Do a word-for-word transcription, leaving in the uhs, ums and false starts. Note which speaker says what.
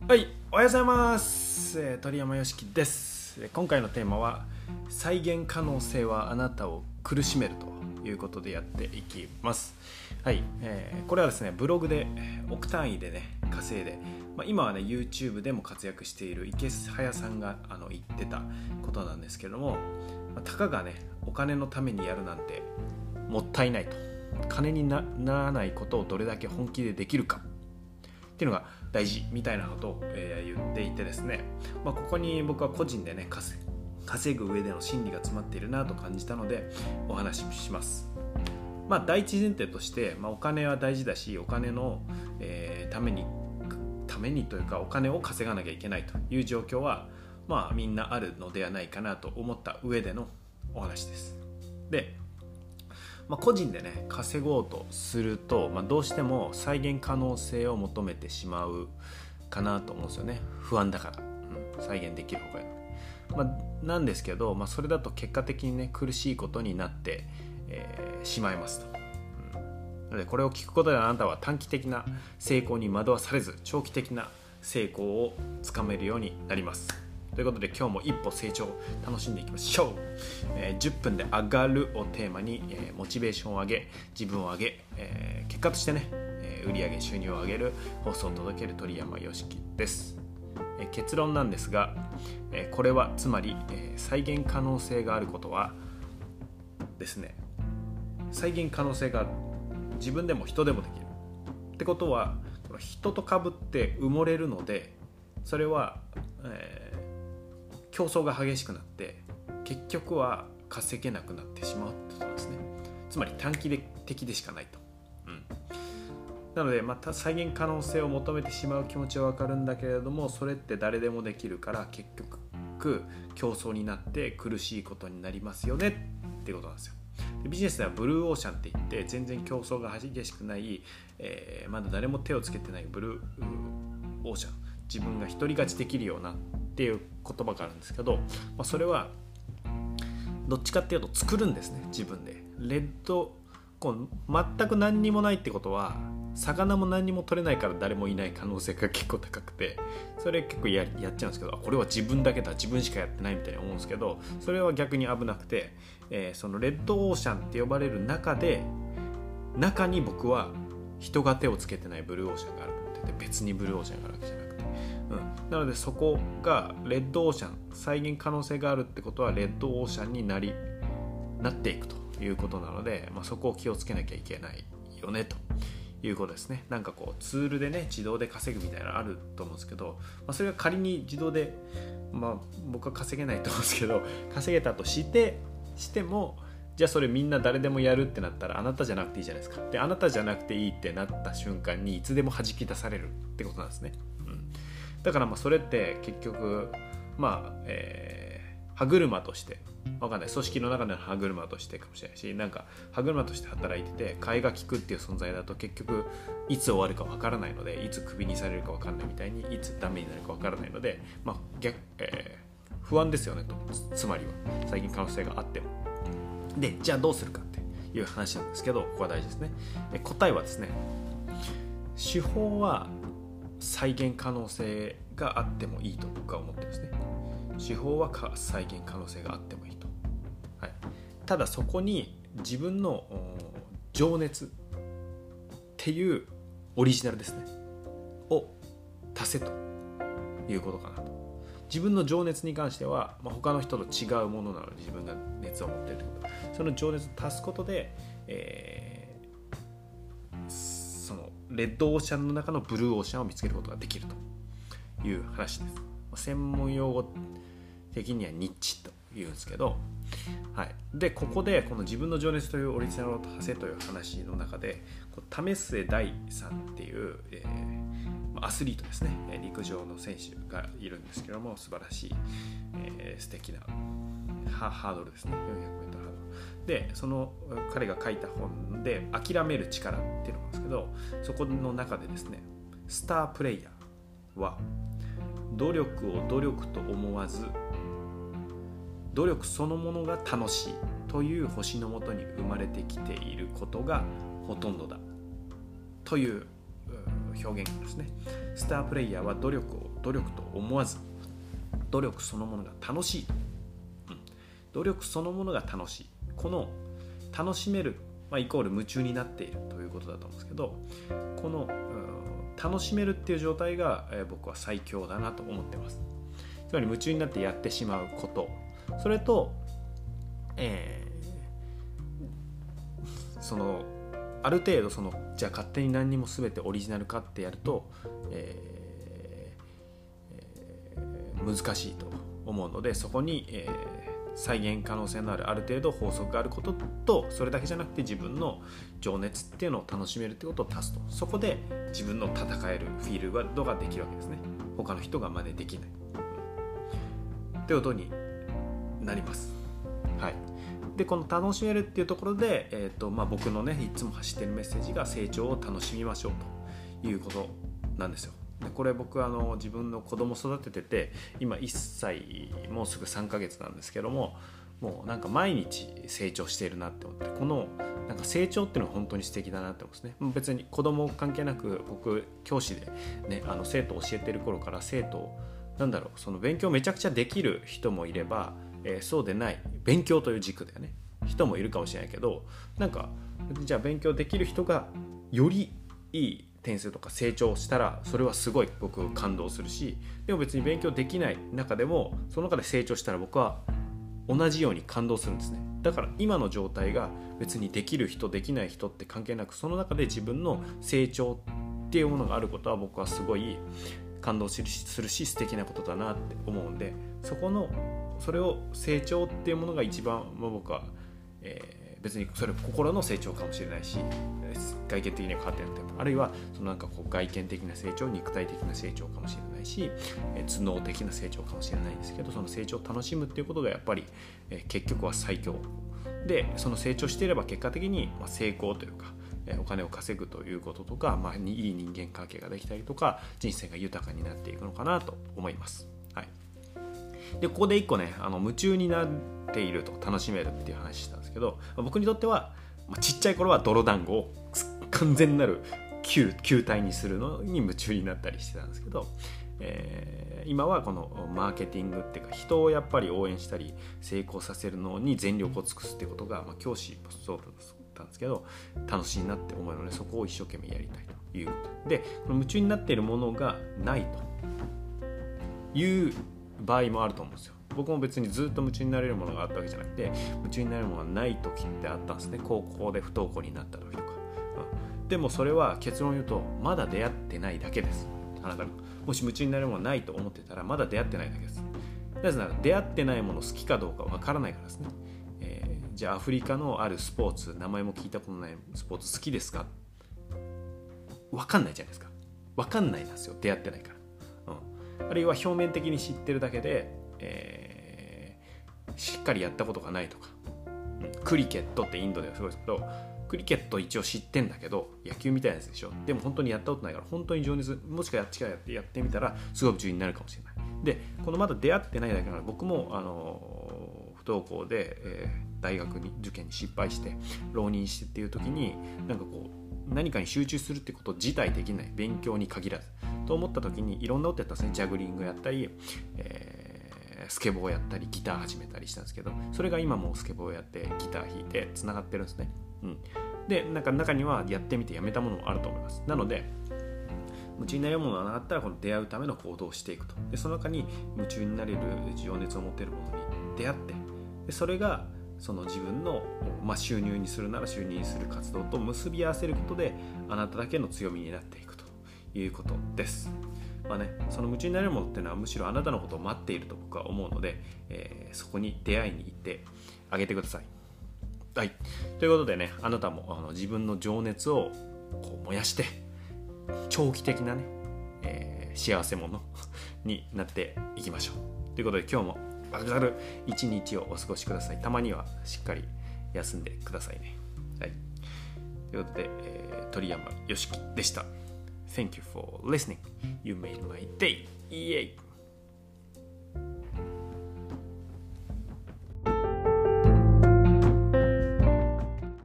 Speaker 1: はい、おはようございます、えー、鳥山よしきです。今回のテーマは再現可能性はあなたを苦しめるということでやっていきます。はい、えー、これはですねブログで億単位でね稼いで、まあ、今はね YouTube でも活躍している池早さんがあの言ってたことなんですけども、まあ、たかがねお金のためにやるなんてもったいないと、金に な, ならないことをどれだけ本気でできるかっていうのが大事みたいなことを、えー、言っていてですね、まあ、ここに僕は個人でね稼ぐ稼ぐ上での心理が詰まっているなと感じたのでお話しします。まあ、第一前提として、まあ、お金は大事だし、お金の、えー、ためにためにというかお金を稼がなきゃいけないという状況は、まあ、みんなあるのではないかなと思った上でのお話です。で、まあ、個人でね稼ごうとすると、まあ、どうしても再現可能性を求めてしまうかなと思うんですよね。不安だから、うん、再現できる方がいい、まあ、なんですけど、まあ、それだと結果的にね苦しいことになって、えー、しまいますと、うん、なのでこれを聞くことであなたは短期的な成功に惑わされず長期的な成功をつかめるようになります。ということで今日も一歩成長を楽しんでいきましょう。えー、じゅっぷんで上がるをテーマに、えー、モチベーションを上げ自分を上げ、えー、結果としてね、えー、売上収入を上げる放送を届ける鳥山よしきです。えー、結論なんですが、えー、これはつまり、えー、再現可能性があることはですね、再現可能性が自分でも人でもできるってことは、人と被って埋もれるので、それは、えー競争が激しくなって結局は稼げなくなってしまうってことですね。つまり短期的でしかないと、うん、なのでまた再現可能性を求めてしまう気持ちは分かるんだけれども、それって誰でもできるから結局競争になって苦しいことになりますよねっていうことなんですよ。でビジネスではブルーオーシャンって言って全然競争が激しくない、えー、まだ誰も手をつけてないブルーオーシャン、自分が独り勝ちできるようなっていう言葉があるんですけど、まあ、それはどっちかっていうと作るんですね、自分で。レッドこう全く何にもないってことは魚も何にも取れないから誰もいない可能性が結構高くて、それ結構 や, やっちゃうんですけど、これは自分だけだ自分しかやってないみたいに思うんですけど、それは逆に危なくて、えー、そのレッドオーシャンって呼ばれる中で中に僕は人が手をつけてないブルーオーシャンがあると思ってて、別にブルーオーシャンがあるわけじゃなくて、うん、なのでそこがレッドオーシャン、再現可能性があるってことはレッドオーシャンになりなっていくということなので、まあ、そこを気をつけなきゃいけないよねということですね。なんかこうツールでね自動で稼ぐみたいなのあると思うんですけど、まあ、それが仮に自動で、まあ、僕は稼げないと思うんですけど、稼げたとしてしても、じゃあそれみんな誰でもやるってなったらあなたじゃなくていいじゃないですか。であなたじゃなくていいってなった瞬間にいつでも弾き出されるってことなんですね。だからまあそれって結局まあ、えー、歯車としてわかんない、組織の中での歯車としてかもしれないし、なんか歯車として働いてて替えが利くっていう存在だと結局いつ終わるかわからないので、いつクビにされるかわからないみたいにいつダメになるかわからないので、まあ逆、えー、不安ですよねと。つまりは再現可能性があっても。でじゃあどうするかっていう話なんですけど、ここは大事ですね。え答えはですね、手法は再現可能性があってもいいと僕は思ってるんですね。手法は再現可能性があってもいいと、はい、ただそこに自分の情熱っていうオリジナルですねを足せということかなと。自分の情熱に関しては、まあ、他の人と違うものなので自分が熱を持っているということ、その情熱を足すことで、えー、そのレッドオーシャンの中のブルーオーシャンを見つけることができるという話です。専門用語的にはニッチと言うんですけど、はい、でここでこの自分の情熱というオリジナルを足せという話の中で、為末大さんっていう、えー、アスリートですね、陸上の選手がいるんですけども、素晴らしい、えー、素敵なハードルですね、よんひゃくメートルハードルで、その彼が書いた本で諦める力っていうのなんですけど、そこの中でですね、スタープレイヤーは努力を努力と思わず努力そのものが楽しいという星のもとに生まれてきていることがほとんどだという表現ですね。スタープレイヤーは努力を努力と思わず、努力そのものが楽しい、うん、努力そのものが楽しい、この楽しめる、まあ、イコール夢中になっているということだと思うんですけど、この楽しめるっていう状態が、えー、僕は最強だなと思ってます。つまり夢中になってやってしまうこと、それと、えー、そのある程度そのじゃあ勝手に何にも全てオリジナル化ってやると、えーえー、難しいと思うので、そこに、えー再現可能性のあるある程度法則があることと、それだけじゃなくて自分の情熱っていうのを楽しめるってことを足すと、そこで自分の戦えるフィールドができるわけですね。他の人が真似できないってことになります。はい。でこの楽しめるっていうところで、えーとまあ、僕のねいつも発してるメッセージが成長を楽しみましょうということなんですよ。これ僕あの自分の子供育ててて、今いっさいもうすぐさんかげつなんですけども、もうなんか毎日成長しているなって思って、このなんか成長っていうのは本当に素敵だなって思うんですね。別に子供関係なく、僕教師で、ね、あの生徒を教えてる頃から生徒なんだろうその勉強めちゃくちゃできる人もいれば、えー、そうでない勉強という軸だよね人もいるかもしれないけど、なんかじゃあ勉強できる人がよりいい点数とか成長したら、それはすごい僕感動するし、でも別に勉強できない中でもその中で成長したら僕は同じように感動するんですね。だから今の状態が別にできる人できない人って関係なく、その中で自分の成長っていうものがあることは僕はすごい感動するし素敵なことだなって思うんで、そこのそれを成長っていうものが一番、まあ、僕は、えー別にそれ心の成長かもしれないし、外見的には変わってなくても、あるいはそのなんかこう外見的な成長、肉体的な成長かもしれないし、え頭脳的な成長かもしれないですけど、その成長を楽しむっていうことがやっぱり、え結局は最強で、その成長していれば結果的にまあ成功というか、えお金を稼ぐということとか、まあ、いい人間関係ができたりとか、人生が豊かになっていくのかなと思います。はい。でここで一個ね、あの夢中になっていると楽しめるっていう話したんですけど、僕にとっては、まあ、ちっちゃい頃は泥団子を完全なる 球, 球体にするのに夢中になったりしてたんですけど、えー、今はこのマーケティングっていうか、人をやっぱり応援したり成功させるのに全力を尽くすっていうことが、まあ、教師もそうだったんですけど楽しいなって思うので、そこを一生懸命やりたいということで、この夢中になっているものがないという場合もあると思うんですよ。僕も別にずっと夢中になれるものがあったわけじゃなくて、夢中になれるものがない時ってあったんですね。高校で不登校になった時とか、うん、でもそれは結論を言うとまだ出会ってないだけです。あなたがもし夢中になれるものがないと思ってたらまだ出会ってないだけです。なぜなら出会ってないもの好きかどうかわからないからですね。えー、じゃあアフリカのあるスポーツ、名前も聞いたことないスポーツ好きですか？わかんないじゃないですか。わかんないんですよ、出会ってないから、うん、あるいは表面的に知ってるだけで、えー、しっかりやったことがないとか、うん、クリケットってインドではすごいですけど、クリケット一応知ってんだけど野球みたいなやつでしょ。でも本当にやったことないから、本当に情熱、もしくはやってやってみたらすごい夢中になるかもしれない。でこのまだ出会ってないだけなので、僕もあの不登校で、えー、大学に受験に失敗して浪人してっていう時に、なんかこう何かに集中するってこと自体できない、勉強に限らずと思った時にいろんなことやったんですね。ジャグリングやったり、えー、スケボーやったり、ギター始めたりしたんですけど、それが今もうスケボーやってギター弾いてつながってるんですね、うん、でなんか中にはやってみてやめたものもあると思います。なので夢中になれるものがなかったら、この出会うための行動をしていくと。でその中に夢中になれる情熱を持てるものに出会って、でそれがその自分の、まあ、収入にするなら収入にする活動と結び合わせることで、あなただけの強みになっていくということです。まあね、その夢中になれるものっていうのはむしろあなたのことを待っていると僕は思うので、えー、そこに出会いに行ってあげてください。はい、ということでね、あなたもあの自分の情熱をこう燃やして長期的なね、えー、幸せ者になっていきましょうということで、今日も明るい一日をお過ごしください。たまにはしっかり休んでくださいね。はい、ということで、えー、鳥山よしきでした。Thank you for listening. You made my day. Yay!